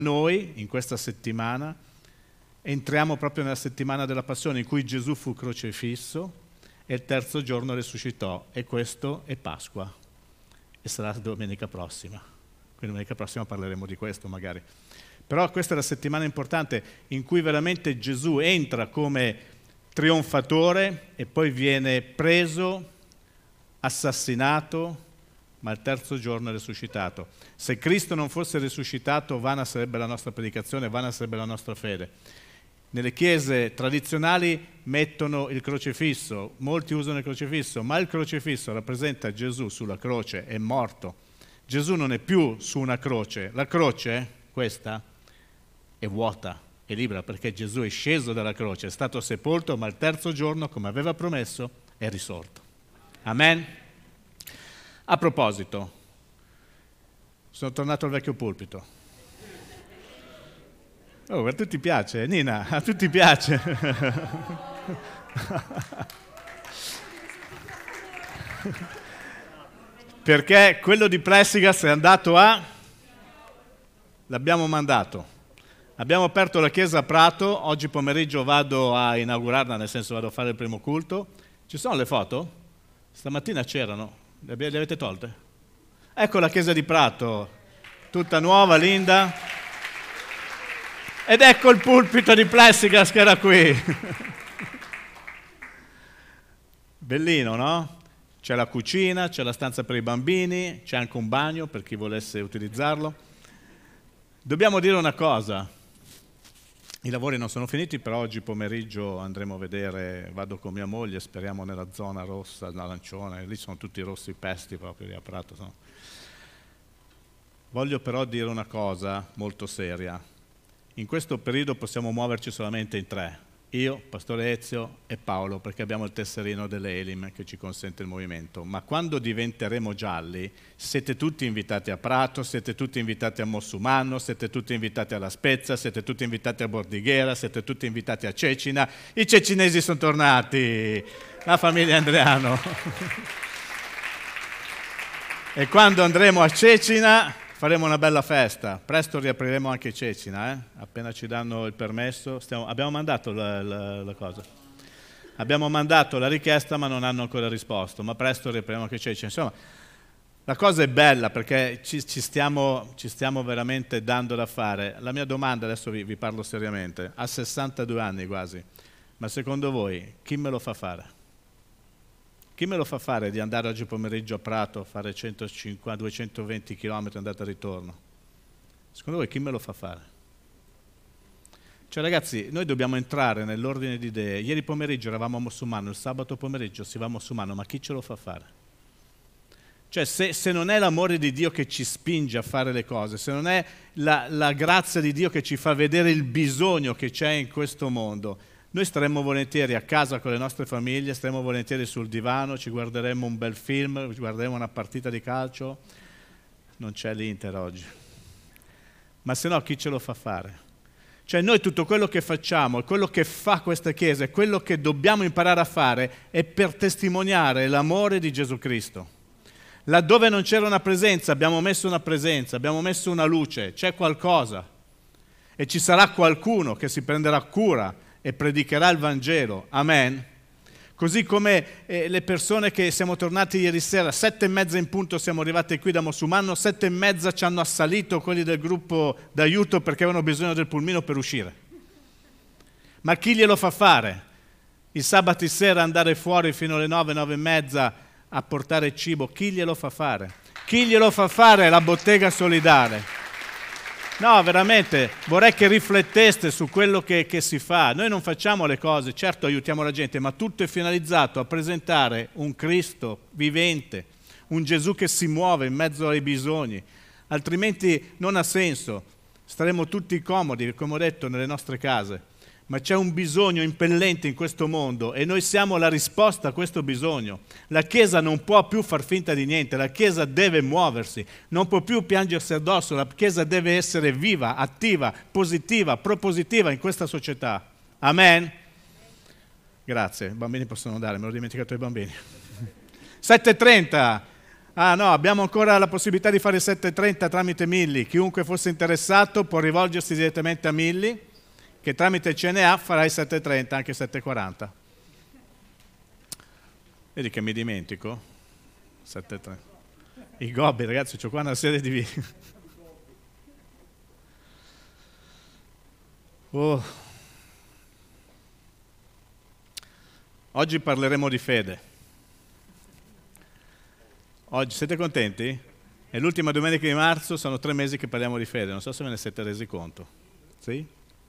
Noi, in questa settimana, entriamo proprio nella settimana della Passione, in cui Gesù fu crocifisso e il terzo giorno risuscitò, e questo è Pasqua, e sarà domenica prossima. Quindi domenica prossima parleremo di questo magari. Però questa è la settimana importante in cui veramente Gesù entra come trionfatore e poi viene preso, assassinato, ma il terzo giorno è risuscitato. Se Cristo non fosse risuscitato, vana sarebbe la nostra predicazione, vana sarebbe la nostra fede. Nelle chiese tradizionali mettono il crocifisso, molti usano il crocifisso, ma il crocifisso rappresenta Gesù sulla croce, è morto. Gesù non è più su una croce, la croce, questa, è vuota, è libera, perché Gesù è sceso dalla croce, è stato sepolto, ma il terzo giorno, come aveva promesso, è risorto. Amen? A proposito, sono tornato al vecchio pulpito. Oh, a tutti piace, Nina, a tutti piace. Perché quello di Plessigas è andato l'abbiamo mandato. Abbiamo aperto la chiesa a Prato, oggi pomeriggio vado a inaugurarla, nel senso vado a fare il primo culto. Ci sono le foto? Stamattina c'erano. Le avete tolte? Ecco la chiesa di Prato, tutta nuova, linda. Ed ecco il pulpito di Plessigas che era qui. Bellino, no? C'è la cucina, c'è la stanza per i bambini, c'è anche un bagno per chi volesse utilizzarlo. Dobbiamo dire una cosa. I lavori non sono finiti, però oggi pomeriggio andremo a vedere, vado con mia moglie, speriamo nella zona rossa, l'arancione, lì sono tutti rossi pesti proprio lì a Prato. No? Voglio però dire una cosa molto seria. In questo periodo possiamo muoverci solamente in tre, io, Pastore Ezio e Paolo, perché abbiamo il tesserino delle Elim che ci consente il movimento. Ma quando diventeremo gialli, siete tutti invitati a Prato, siete tutti invitati a Mossumanno, siete tutti invitati alla Spezia, siete tutti invitati a Bordighera, siete tutti invitati a Cecina. I cecinesi sono tornati, la famiglia Andreano. E quando andremo a Cecina faremo una bella festa, presto riapriremo anche Cecina, appena ci danno il permesso. Abbiamo mandato la cosa, abbiamo mandato la richiesta ma non hanno ancora risposto, ma presto riapriremo anche Cecina. Insomma, la cosa è bella perché ci stiamo veramente dando da fare. La mia domanda, adesso vi parlo seriamente, a 62 anni quasi, ma secondo voi chi me lo fa fare? Chi me lo fa fare di andare oggi pomeriggio a Prato a fare 150-220 km andata e ritorno? Secondo voi chi me lo fa fare? Cioè ragazzi, noi dobbiamo entrare nell'ordine di idee. Ieri pomeriggio eravamo a Mossumanno, il sabato pomeriggio si va a Mossumanno, ma chi ce lo fa fare? Cioè se non è l'amore di Dio che ci spinge a fare le cose, se non è la grazia di Dio che ci fa vedere il bisogno che c'è in questo mondo, noi staremmo volentieri a casa con le nostre famiglie, staremmo volentieri sul divano, ci guarderemo un bel film, ci guarderemo una partita di calcio. Non c'è l'Inter oggi. Ma se no chi ce lo fa fare? Cioè noi tutto quello che facciamo, quello che fa questa Chiesa, quello che dobbiamo imparare a fare è per testimoniare l'amore di Gesù Cristo. Laddove non c'era una presenza, abbiamo messo una presenza, abbiamo messo una luce, c'è qualcosa. E ci sarà qualcuno che si prenderà cura e predicherà il Vangelo, amen. Così come le persone che siamo tornati ieri sera, 7:30 in punto siamo arrivati qui da Mossumanno, 7:30 ci hanno assalito quelli del gruppo d'aiuto perché avevano bisogno del pulmino per uscire. Ma chi glielo fa fare? Il sabato sera andare fuori fino alle 9:30 a portare cibo, chi glielo fa fare? Chi glielo fa fare la bottega solidale? No, veramente, vorrei che rifletteste su quello che si fa. Noi non facciamo le cose, certo aiutiamo la gente, ma tutto è finalizzato a presentare un Cristo vivente, un Gesù che si muove in mezzo ai bisogni, altrimenti non ha senso. Staremo tutti comodi, come ho detto, nelle nostre case, ma c'è un bisogno impellente in questo mondo e noi siamo la risposta a questo bisogno. La Chiesa non può più far finta di niente, la Chiesa deve muoversi, non può più piangersi addosso, la Chiesa deve essere viva, attiva, positiva, propositiva in questa società. Amen? Grazie, i bambini possono andare, me l'ho dimenticato ai bambini. 7:30, Ah no, abbiamo ancora la possibilità di fare il 7.30 tramite Milli. Chiunque fosse interessato può rivolgersi direttamente a Milli, che tramite il CNA farà il 7.30, anche 7.40. Vedi che mi dimentico? 7.30. I gobbi, ragazzi, c'ho qua una serie di... Oh. Oggi parleremo di fede. Oggi siete contenti? È l'ultima domenica di marzo, sono 3 mesi che parliamo di fede, non so se ve ne siete resi conto. Sì?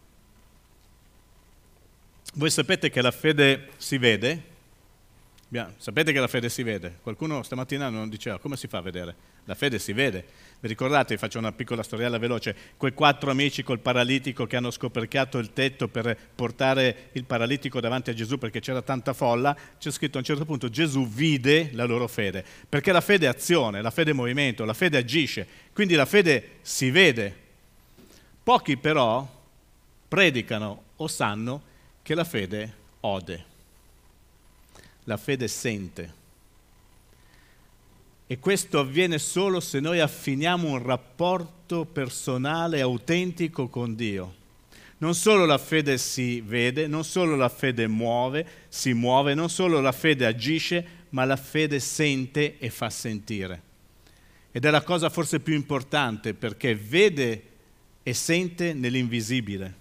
Voi sapete che la fede si vede? Sapete che la fede si vede? Qualcuno stamattina non diceva come si fa a vedere? La fede si vede. Vi ricordate, faccio una piccola storiella veloce, quei 4 amici col paralitico che hanno scoperchiato il tetto per portare il paralitico davanti a Gesù perché c'era tanta folla, c'è scritto a un certo punto Gesù vide la loro fede, perché la fede è azione, la fede è movimento, la fede agisce, quindi la fede si vede. Pochi però predicano o sanno che la fede ode. La fede sente. E questo avviene solo se noi affiniamo un rapporto personale autentico con Dio. Non solo la fede si vede, non solo la fede si muove, non solo la fede agisce, ma la fede sente e fa sentire. Ed è la cosa forse più importante perché vede e sente nell'invisibile.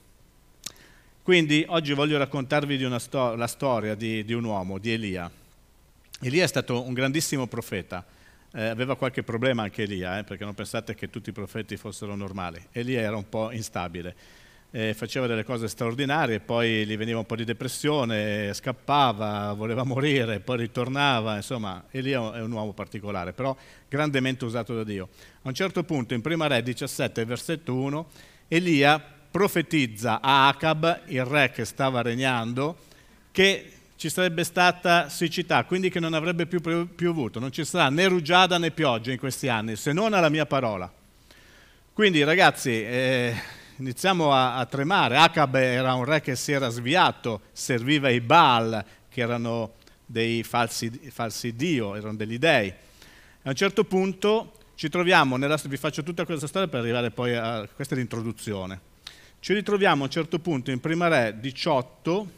Quindi oggi voglio raccontarvi di la storia di un uomo, di Elia. Elia è stato un grandissimo profeta, aveva qualche problema anche Elia, perché non pensate che tutti i profeti fossero normali. Elia era un po' instabile, faceva delle cose straordinarie, poi gli veniva un po' di depressione, scappava, voleva morire, poi ritornava, insomma Elia è un uomo particolare, però grandemente usato da Dio. A un certo punto, in Prima Re 17, versetto 1, Elia profetizza a Acab, il re che stava regnando, che ci sarebbe stata siccità, quindi che non avrebbe più piovuto, non ci sarà né rugiada né pioggia in questi anni, se non alla mia parola. Quindi ragazzi, iniziamo a tremare. Acab era un re che si era sviato, serviva i Baal, che erano dei falsi dio, erano degli dei. A un certo punto ci troviamo, vi faccio tutta questa storia per arrivare poi a questa l'introduzione. Ci ritroviamo a un certo punto in Prima Re 18,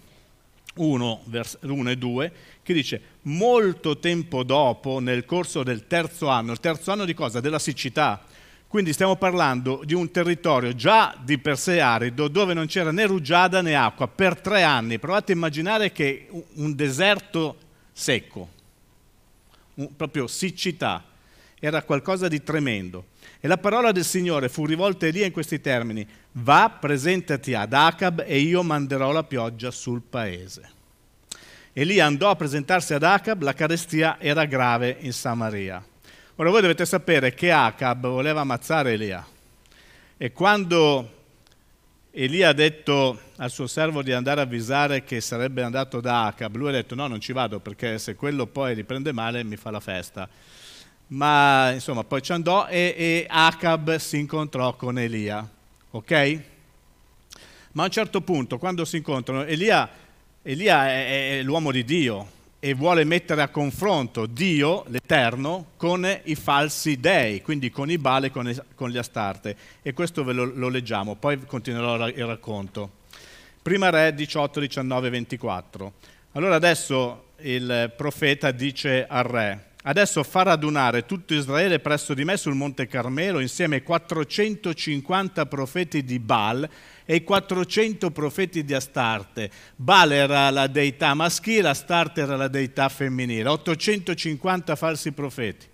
1 e 2, che dice: molto tempo dopo, nel corso del terzo anno, il terzo anno di cosa? Della siccità. Quindi stiamo parlando di un territorio già di per sé arido, dove non c'era né rugiada né acqua, per 3 anni. Provate a immaginare che un deserto secco, proprio siccità, era qualcosa di tremendo. E la parola del Signore fu rivolta a Elia in questi termini: va, presentati ad Acab e io manderò la pioggia sul paese. Elia andò a presentarsi ad Acab, la carestia era grave in Samaria. Ora voi dovete sapere che Acab voleva ammazzare Elia. E quando Elia ha detto al suo servo di andare a avvisare che sarebbe andato da Acab, lui ha detto: no, non ci vado perché se quello poi riprende male mi fa la festa. Ma insomma poi ci andò e Acab si incontrò con Elia, ok? Ma a un certo punto, quando si incontrano, Elia è l'uomo di Dio e vuole mettere a confronto Dio, l'Eterno, con i falsi dei, quindi con i Baal e con gli Astarte. E questo ve lo leggiamo, poi continuerò il racconto. Prima Re 18, 19, 24. Allora adesso il profeta dice al re: adesso far radunare tutto Israele presso di me sul Monte Carmelo insieme ai 450 profeti di Baal e i 400 profeti di Astarte. Baal era la deità maschile, Astarte era la deità femminile. 850 falsi profeti,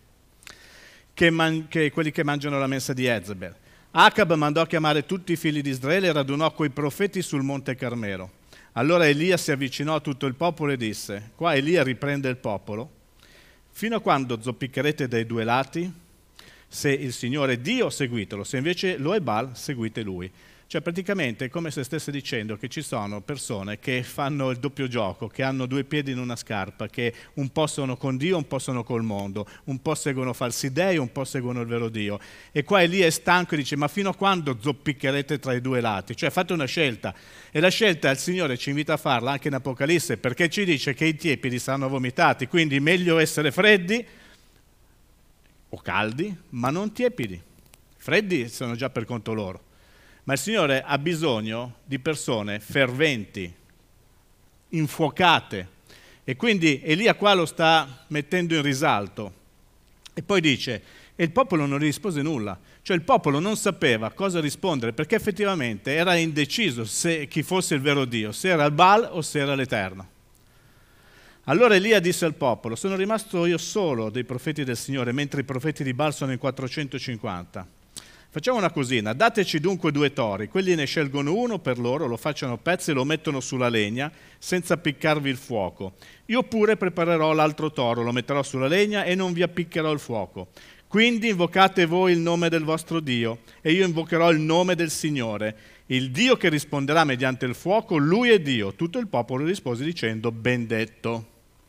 quelli che mangiano la mensa di Jezebel. Acab mandò a chiamare tutti i figli di Israele e radunò quei profeti sul Monte Carmelo. Allora Elia si avvicinò a tutto il popolo e disse, qua Elia riprende il popolo: fino a quando zoppiccherete dai 2 lati? Se il Signore è Dio, seguitelo, se invece lo è Baal, seguite lui. Cioè praticamente è come se stesse dicendo che ci sono persone che fanno il doppio gioco, che hanno 2 piedi in una scarpa, che un po' sono con Dio, un po' sono col mondo, un po' seguono falsi dei, un po' seguono il vero Dio. E qua Elia è stanco e dice: ma fino a quando zoppiccherete tra i 2 lati? Cioè fate una scelta. E la scelta il Signore ci invita a farla anche in Apocalisse, perché ci dice che i tiepidi saranno vomitati, quindi meglio essere freddi o caldi, ma non tiepidi. Freddi sono già per conto loro. Ma il Signore ha bisogno di persone ferventi, infuocate. E quindi Elia qua lo sta mettendo in risalto. E poi dice, e il popolo non gli rispose nulla. Cioè il popolo non sapeva cosa rispondere, perché effettivamente era indeciso chi fosse il vero Dio, se era il Baal o se era l'Eterno. Allora Elia disse al popolo, sono rimasto io solo dei profeti del Signore, mentre i profeti di Baal sono in 450. Facciamo una cosina, dateci dunque 2 tori, quelli ne scelgono uno per loro, lo facciano a pezzi e lo mettono sulla legna, senza appiccarvi il fuoco. Io pure preparerò l'altro toro, lo metterò sulla legna e non vi appiccherò il fuoco. Quindi invocate voi il nome del vostro Dio, e io invocherò il nome del Signore. Il Dio che risponderà mediante il fuoco, Lui è Dio. Tutto il popolo rispose dicendo, ben detto.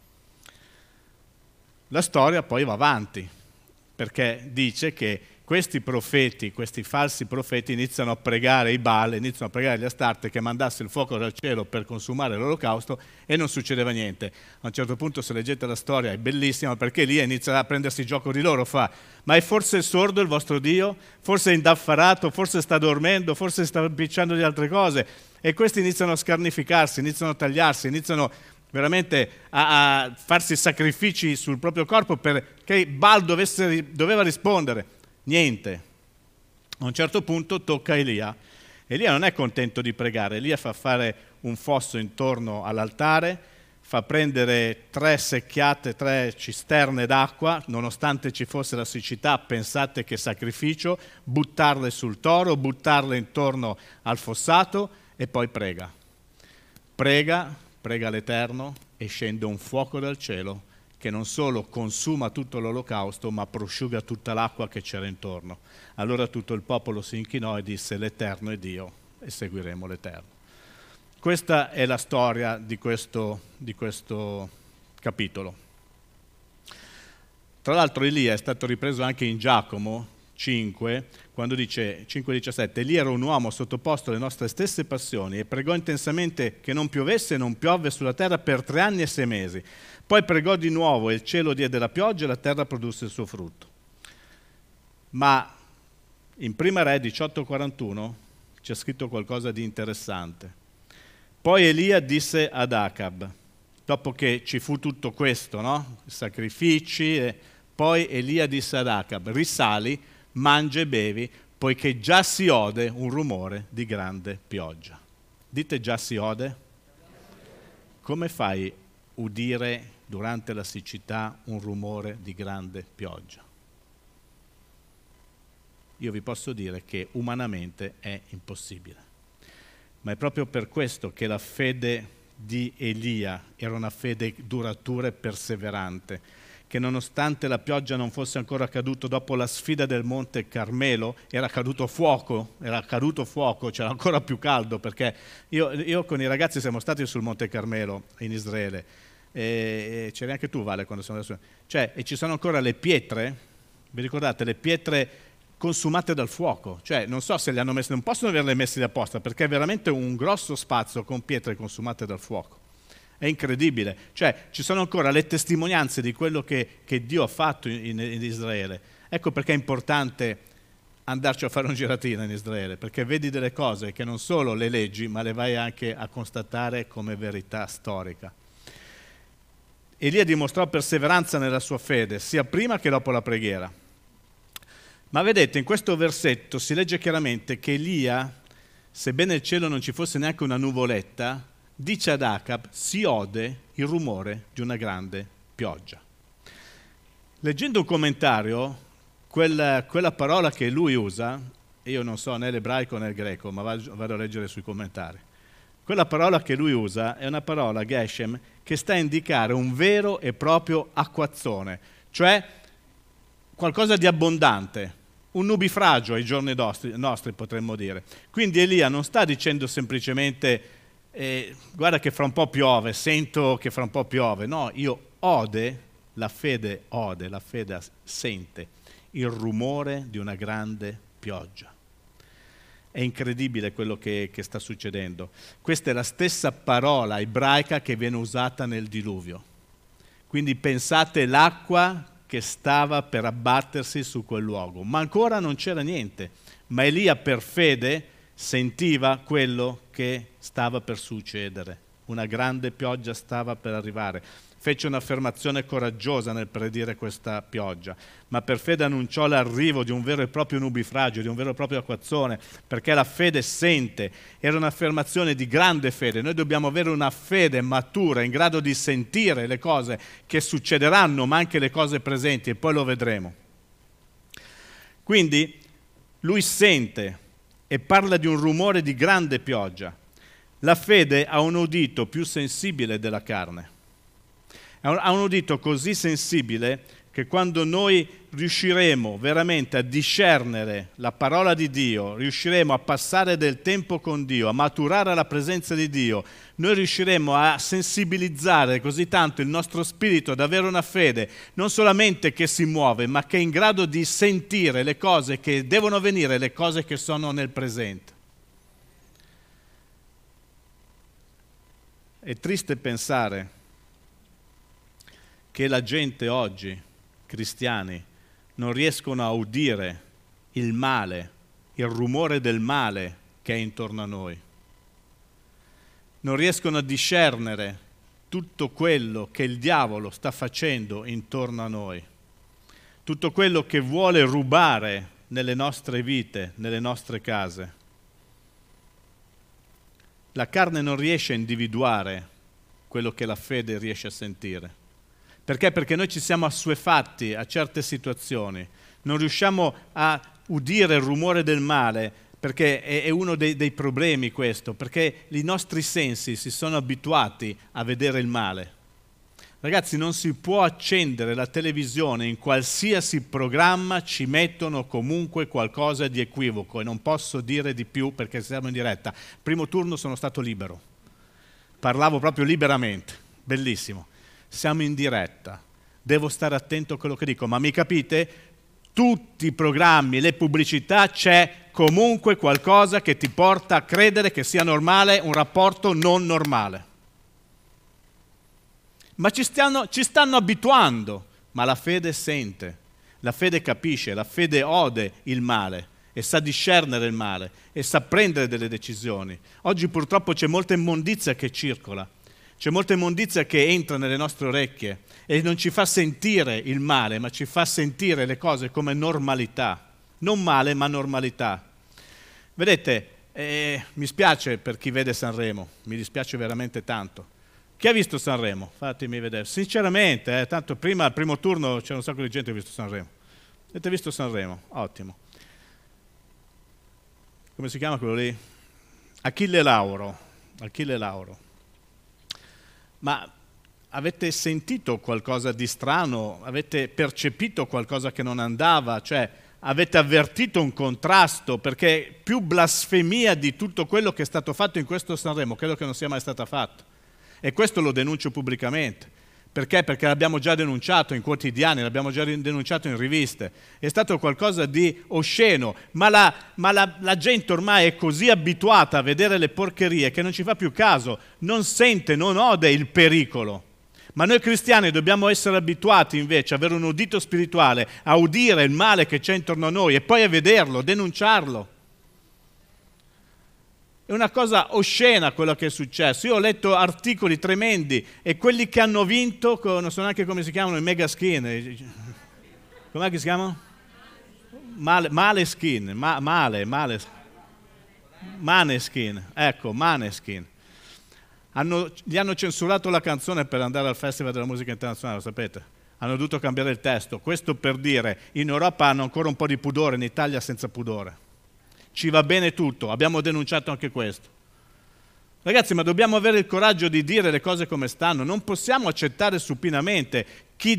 La storia poi va avanti, perché dice che questi profeti, questi falsi profeti iniziano a pregare i Baal, iniziano a pregare gli Astarte che mandasse il fuoco dal cielo per consumare l'olocausto e non succedeva niente. A un certo punto, se leggete la storia, è bellissima perché lì inizia a prendersi gioco di loro, ma è forse sordo il vostro Dio? Forse è indaffarato? Forse sta dormendo? Forse sta impicciando di altre cose? E questi iniziano a scarnificarsi, iniziano a tagliarsi, iniziano veramente a farsi sacrifici sul proprio corpo perché Baal doveva rispondere. Niente. A un certo punto tocca a Elia. Elia non è contento di pregare, Elia fa fare un fosso intorno all'altare, fa prendere 3 secchiate, 3 cisterne d'acqua, nonostante ci fosse la siccità, pensate che sacrificio, buttarle sul toro, buttarle intorno al fossato e poi prega. Prega l'Eterno e scende un fuoco dal cielo che non solo consuma tutto l'olocausto, ma prosciuga tutta l'acqua che c'era intorno. Allora tutto il popolo si inchinò e disse, l'Eterno è Dio, e seguiremo l'Eterno. Questa è la storia di questo capitolo. Tra l'altro Elia è stato ripreso anche in Giacomo 5, quando dice 5,17, Elia era un uomo sottoposto alle nostre stesse passioni e pregò intensamente che non piovesse e non piovve sulla terra per 3 anni e 6 mesi. Poi pregò di nuovo e il cielo diede la pioggia e la terra produsse il suo frutto. Ma in Prima Re 18,41 c'è scritto qualcosa di interessante. Poi Elia disse ad Acab, dopo che ci fu tutto questo, no? Sacrifici, poi Elia disse ad Acab, risali, mangia e bevi, poiché già si ode un rumore di grande pioggia. Dite già si ode? Come fai udire durante la siccità un rumore di grande pioggia? Io vi posso dire che umanamente è impossibile. Ma è proprio per questo che la fede di Elia era una fede duratura e perseverante, che nonostante la pioggia non fosse ancora caduto dopo la sfida del Monte Carmelo, era caduto fuoco, c'era ancora più caldo, perché io con i ragazzi siamo stati sul Monte Carmelo in Israele, e c'eri anche tu, Vale, quando siamo andati su. Cioè, e ci sono ancora le pietre, vi ricordate, le pietre consumate dal fuoco, cioè non so se le hanno messe, non possono averle messe apposta, perché è veramente un grosso spazio con pietre consumate dal fuoco. È incredibile, cioè ci sono ancora le testimonianze di quello che Dio ha fatto in Israele. Ecco perché è importante andarci a fare un giratino in Israele, perché vedi delle cose che non solo le leggi, ma le vai anche a constatare come verità storica. Elia dimostrò perseveranza nella sua fede, sia prima che dopo la preghiera. Ma vedete, in questo versetto si legge chiaramente che Elia, sebbene nel cielo non ci fosse neanche una nuvoletta, dice ad Acab, si ode il rumore di una grande pioggia. Leggendo un commentario, quella parola che lui usa, io non so né l'ebraico né il greco, ma vado a leggere sui commentari. Quella parola che lui usa è una parola, Geshem, che sta a indicare un vero e proprio acquazzone, cioè qualcosa di abbondante, un nubifragio ai giorni nostri potremmo dire. Quindi Elia non sta dicendo semplicemente guarda che fra un po' piove, sento che fra un po' piove. No, la fede sente il rumore di una grande pioggia. È incredibile quello che sta succedendo. Questa è la stessa parola ebraica che viene usata nel diluvio. Quindi pensate l'acqua che stava per abbattersi su quel luogo, ma ancora non c'era niente. Ma Elia per fede sentiva quello che stava per succedere. Una grande pioggia stava per arrivare. Fece un'affermazione coraggiosa nel predire questa pioggia, ma per fede annunciò l'arrivo di un vero e proprio nubifragio, di un vero e proprio acquazzone, perché la fede sente. Era un'affermazione di grande fede. Noi dobbiamo avere una fede matura, in grado di sentire le cose che succederanno, ma anche le cose presenti, e poi lo vedremo. Quindi lui sente e parla di un rumore di grande pioggia. La fede ha un udito più sensibile della carne. Ha un udito così sensibile che quando noi riusciremo veramente a discernere la parola di Dio, riusciremo a passare del tempo con Dio, a maturare la presenza di Dio, noi riusciremo a sensibilizzare così tanto il nostro spirito ad avere una fede, non solamente che si muove, ma che è in grado di sentire le cose che devono avvenire, le cose che sono nel presente. È triste pensare che la gente oggi, cristiani, non riescono a udire il male, il rumore del male che è intorno a noi. Non riescono a discernere tutto quello che il diavolo sta facendo intorno a noi, tutto quello che vuole rubare nelle nostre vite, nelle nostre case. La carne non riesce a individuare quello che la fede riesce a sentire. Perché? Perché noi ci siamo assuefatti a certe situazioni, non riusciamo a udire il rumore del male, perché è uno dei problemi questo, perché i nostri sensi si sono abituati a vedere il male. Ragazzi, non si può accendere la televisione, in qualsiasi programma ci mettono comunque qualcosa di equivoco, e non posso dire di più perché siamo in diretta. Primo turno sono stato libero, parlavo proprio liberamente, bellissimo. Siamo in diretta, devo stare attento a quello che dico, ma mi capite? Tutti i programmi, le pubblicità, c'è comunque qualcosa che ti porta a credere che sia normale un rapporto non normale. Ma ci stanno abituando, ma la fede sente, la fede capisce, la fede ode il male e sa discernere il male e sa prendere delle decisioni. Oggi purtroppo c'è molta immondizia che circola. C'è molta immondizia che entra nelle nostre orecchie e non ci fa sentire il male, ma ci fa sentire le cose come normalità. Non male, ma normalità. Vedete, mi spiace per chi vede Sanremo, mi dispiace veramente tanto. Chi ha visto Sanremo? Fatemi vedere. Sinceramente, tanto prima al primo turno c'era un sacco di gente che ha visto Sanremo. Avete visto Sanremo? Ottimo. Come si chiama quello lì? Achille Lauro. Achille Lauro. Ma avete sentito qualcosa di strano? Avete percepito qualcosa che non andava? Cioè, avete avvertito un contrasto? Perché più blasfemia di tutto quello che è stato fatto in questo Sanremo credo che non sia mai stata fatta. E questo lo denuncio pubblicamente. Perché? Perché l'abbiamo già denunciato in quotidiani, l'abbiamo già denunciato in riviste. È stato qualcosa di osceno, ma la gente ormai è così abituata a vedere le porcherie che non ci fa più caso, non sente, non ode il pericolo. Ma noi cristiani dobbiamo essere abituati invece, avere un udito spirituale, a udire il male che c'è intorno a noi e poi a vederlo, denunciarlo. È una cosa oscena quello che è successo. Io ho letto articoli tremendi e quelli che hanno vinto, non so neanche come si chiamano, i Megaskin. Com'è che si chiamano? Maneskin. Ecco, Maneskin. Gli hanno censurato la canzone per andare al Festival della Musica Internazionale, lo sapete? Hanno dovuto cambiare il testo. Questo per dire, in Europa hanno ancora un po' di pudore, in Italia senza pudore. Ci va bene tutto, abbiamo denunciato anche questo. Ragazzi, ma dobbiamo avere il coraggio di dire le cose come stanno, non possiamo accettare supinamente chi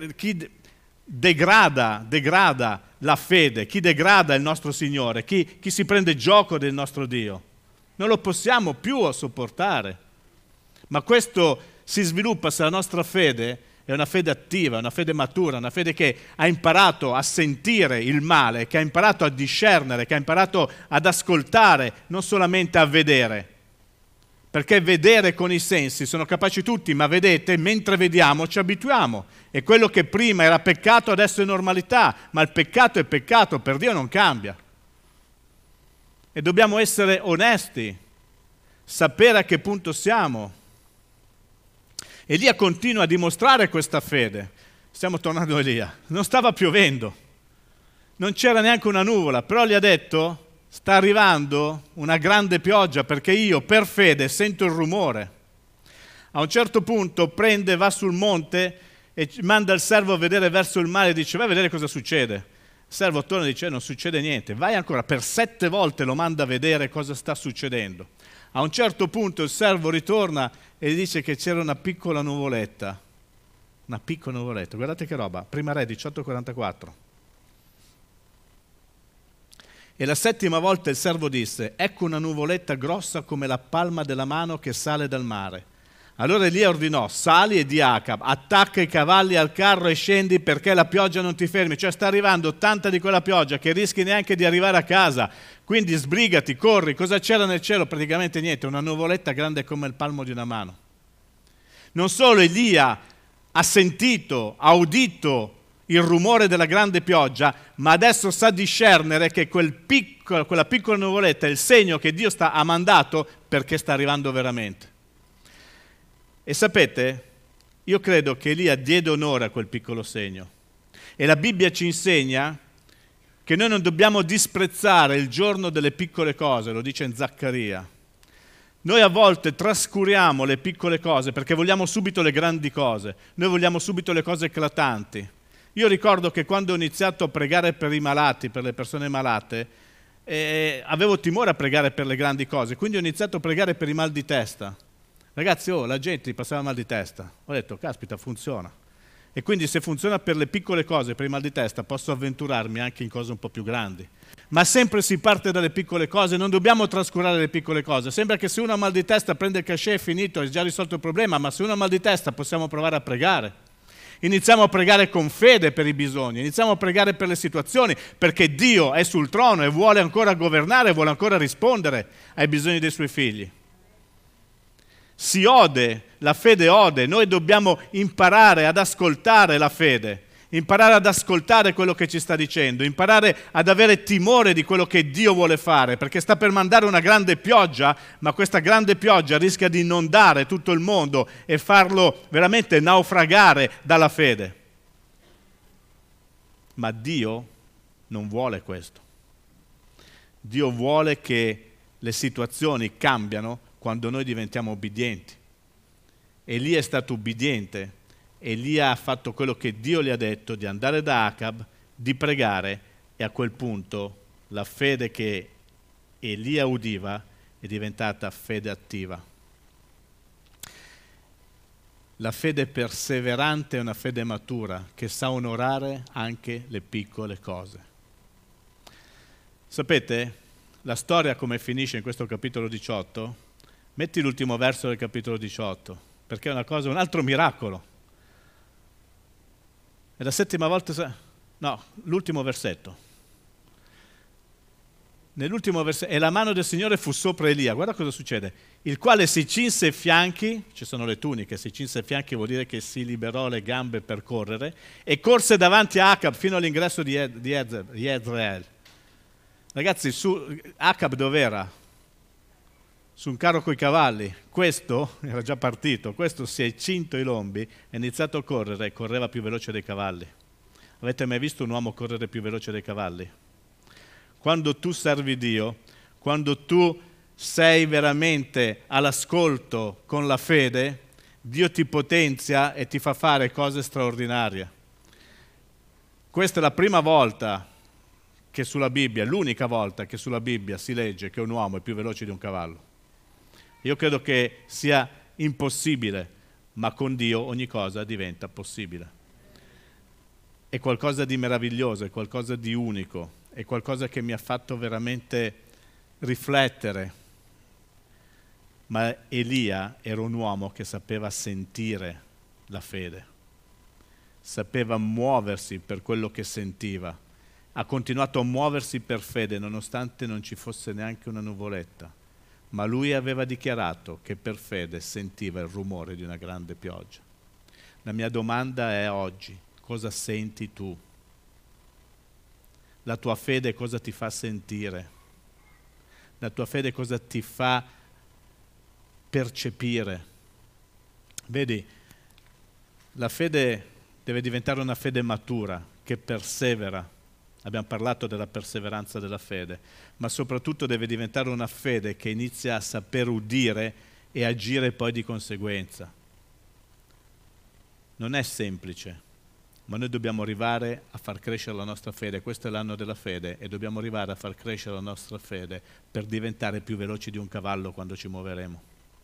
degrada la fede, chi degrada il nostro Signore, chi si prende gioco del nostro Dio. Non lo possiamo più sopportare. Ma questo si sviluppa se la nostra fede è una fede attiva, una fede matura, una fede che ha imparato a sentire il male, che ha imparato a discernere, che ha imparato ad ascoltare, non solamente a vedere. Perché vedere con i sensi sono capaci tutti, ma vedete, mentre vediamo ci abituiamo. E quello che prima era peccato adesso è normalità, ma il peccato è peccato, per Dio non cambia. E dobbiamo essere onesti, sapere a che punto siamo. Elia continua a dimostrare questa fede. Stiamo tornando a Elia. Non stava piovendo, non c'era neanche una nuvola, però gli ha detto: sta arrivando una grande pioggia perché io per fede sento il rumore. A un certo punto prende, va sul monte e manda il servo a vedere verso il mare e dice: vai a vedere cosa succede. Il servo torna e dice: non succede niente. Vai ancora, per 7 volte lo manda a vedere cosa sta succedendo. A un certo punto il servo ritorna e gli dice che c'era una piccola nuvoletta. Una piccola nuvoletta, guardate che roba. Prima Re 18:44. E la 7ª volta il servo disse: ecco una nuvoletta grossa come la palma della mano che sale dal mare. Allora Elia ordinò: sali e di Acab, attacca i cavalli al carro e scendi perché la pioggia non ti fermi. Cioè sta arrivando tanta di quella pioggia che rischi neanche di arrivare a casa. Quindi sbrigati, corri. Cosa c'era nel cielo? Praticamente niente, una nuvoletta grande come il palmo di una mano. Non solo Elia ha sentito, ha udito il rumore della grande pioggia, ma adesso sa discernere che quella piccola nuvoletta è il segno che Dio ha mandato perché sta arrivando veramente. E sapete, io credo che Elia diede onore a quel piccolo segno. E la Bibbia ci insegna che noi non dobbiamo disprezzare il giorno delle piccole cose, lo dice in Zaccaria. Noi a volte trascuriamo le piccole cose perché vogliamo subito le grandi cose, noi vogliamo subito le cose eclatanti. Io ricordo che quando ho iniziato a pregare per i malati, per le persone malate, avevo timore a pregare per le grandi cose, quindi ho iniziato a pregare per i mal di testa. Ragazzi, la gente passava mal di testa. Ho detto, caspita, funziona. E quindi se funziona per le piccole cose, per il mal di testa, posso avventurarmi anche in cose un po' più grandi. Ma sempre si parte dalle piccole cose, non dobbiamo trascurare le piccole cose. Sembra che se uno ha mal di testa prende il cachet, è finito, è già risolto il problema, ma se uno ha mal di testa possiamo provare a pregare. Iniziamo a pregare con fede per i bisogni, iniziamo a pregare per le situazioni, perché Dio è sul trono e vuole ancora governare, vuole ancora rispondere ai bisogni dei suoi figli. Si ode, la fede ode, noi dobbiamo imparare ad ascoltare la fede, imparare ad ascoltare quello che ci sta dicendo, imparare ad avere timore di quello che Dio vuole fare, perché sta per mandare una grande pioggia, ma questa grande pioggia rischia di inondare tutto il mondo e farlo veramente naufragare dalla fede. Ma Dio non vuole questo. Dio vuole che le situazioni cambiano quando noi diventiamo obbedienti. Elia è stato ubbidiente. Elia ha fatto quello che Dio gli ha detto, di andare da Acab, di pregare, e a quel punto la fede che Elia udiva è diventata fede attiva. La fede perseverante è una fede matura che sa onorare anche le piccole cose. Sapete, la storia come finisce in questo capitolo 18? Metti l'ultimo verso del capitolo 18, perché è un altro miracolo. È la 7ª volta, no, l'ultimo versetto. Nell'ultimo versetto, e la mano del Signore fu sopra Elia, guarda cosa succede, il quale si cinse i fianchi, ci sono le tuniche, si cinse i fianchi vuol dire che si liberò le gambe per correre, e corse davanti a Acab fino all'ingresso di Jezreel. Ragazzi, Acab dov'era? Su un carro coi cavalli. Questo era già partito, questo si è cinto i lombi, è iniziato a correre e correva più veloce dei cavalli. Avete mai visto un uomo correre più veloce dei cavalli? Quando tu servi Dio, quando tu sei veramente all'ascolto con la fede, Dio ti potenzia e ti fa fare cose straordinarie. Questa è la prima volta che sulla Bibbia, l'unica volta che sulla Bibbia si legge che un uomo è più veloce di un cavallo. Io credo che sia impossibile, ma con Dio ogni cosa diventa possibile. È qualcosa di meraviglioso, è qualcosa di unico, è qualcosa che mi ha fatto veramente riflettere. Ma Elia era un uomo che sapeva sentire la fede, sapeva muoversi per quello che sentiva. Ha continuato a muoversi per fede nonostante non ci fosse neanche una nuvoletta. ma lui aveva dichiarato che per fede sentiva il rumore di una grande pioggia. La mia domanda è oggi, cosa senti tu? La tua fede cosa ti fa sentire? La tua fede cosa ti fa percepire? Vedi, la fede deve diventare una fede matura, che persevera. Abbiamo parlato della perseveranza della fede, ma soprattutto deve diventare una fede che inizia a saper udire e agire poi di conseguenza. Non è semplice, ma noi dobbiamo arrivare a far crescere la nostra fede. Questo è l'anno della fede e dobbiamo arrivare a far crescere la nostra fede per diventare più veloci di un cavallo quando ci muoveremo,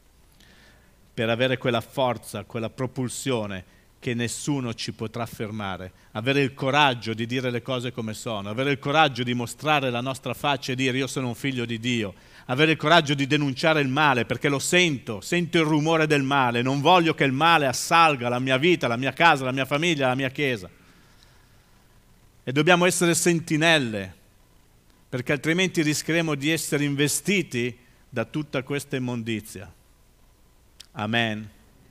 per avere quella forza, quella propulsione che nessuno ci potrà fermare, avere il coraggio di dire le cose come sono, avere il coraggio di mostrare la nostra faccia e dire io sono un figlio di Dio, avere il coraggio di denunciare il male perché lo sento il rumore del male, non voglio che il male assalga la mia vita, la mia casa, la mia famiglia, la mia chiesa. E dobbiamo essere sentinelle, perché altrimenti rischieremo di essere investiti da tutta questa immondizia. Amen.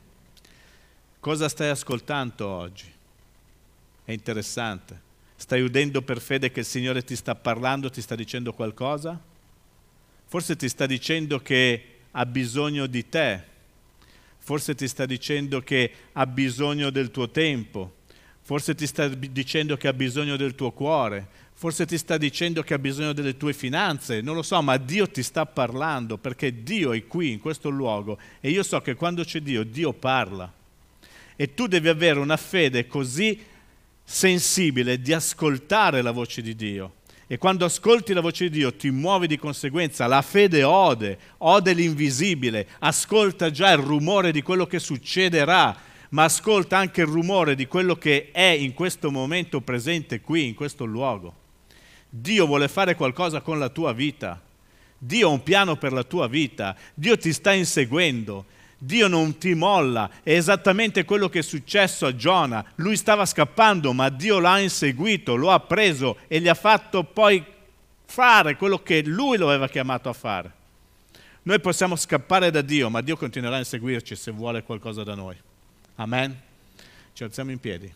Cosa stai ascoltando oggi? È interessante. Stai udendo per fede che il Signore ti sta parlando, ti sta dicendo qualcosa? Forse ti sta dicendo che ha bisogno di te. Forse ti sta dicendo che ha bisogno del tuo tempo. Forse ti sta dicendo che ha bisogno del tuo cuore. Forse ti sta dicendo che ha bisogno delle tue finanze. Non lo so, ma Dio ti sta parlando perché Dio è qui, in questo luogo. E io so che quando c'è Dio, Dio parla. E tu devi avere una fede così sensibile di ascoltare la voce di Dio. E quando ascolti la voce di Dio ti muovi di conseguenza. La fede ode l'invisibile, ascolta già il rumore di quello che succederà, ma ascolta anche il rumore di quello che è in questo momento presente qui, in questo luogo. Dio vuole fare qualcosa con la tua vita. Dio ha un piano per la tua vita. Dio ti sta inseguendo. Dio non ti molla, è esattamente quello che è successo a Giona. Lui stava scappando, ma Dio l'ha inseguito, lo ha preso e gli ha fatto poi fare quello che lui lo aveva chiamato a fare. Noi possiamo scappare da Dio, ma Dio continuerà a inseguirci se vuole qualcosa da noi. Amen? Ci alziamo in piedi.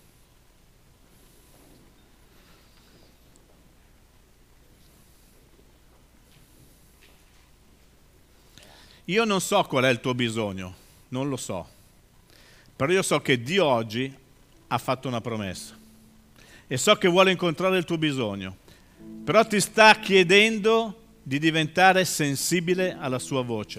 Io non so qual è il tuo bisogno, non lo so, però io so che Dio oggi ha fatto una promessa e so che vuole incontrare il tuo bisogno, però ti sta chiedendo di diventare sensibile alla sua voce.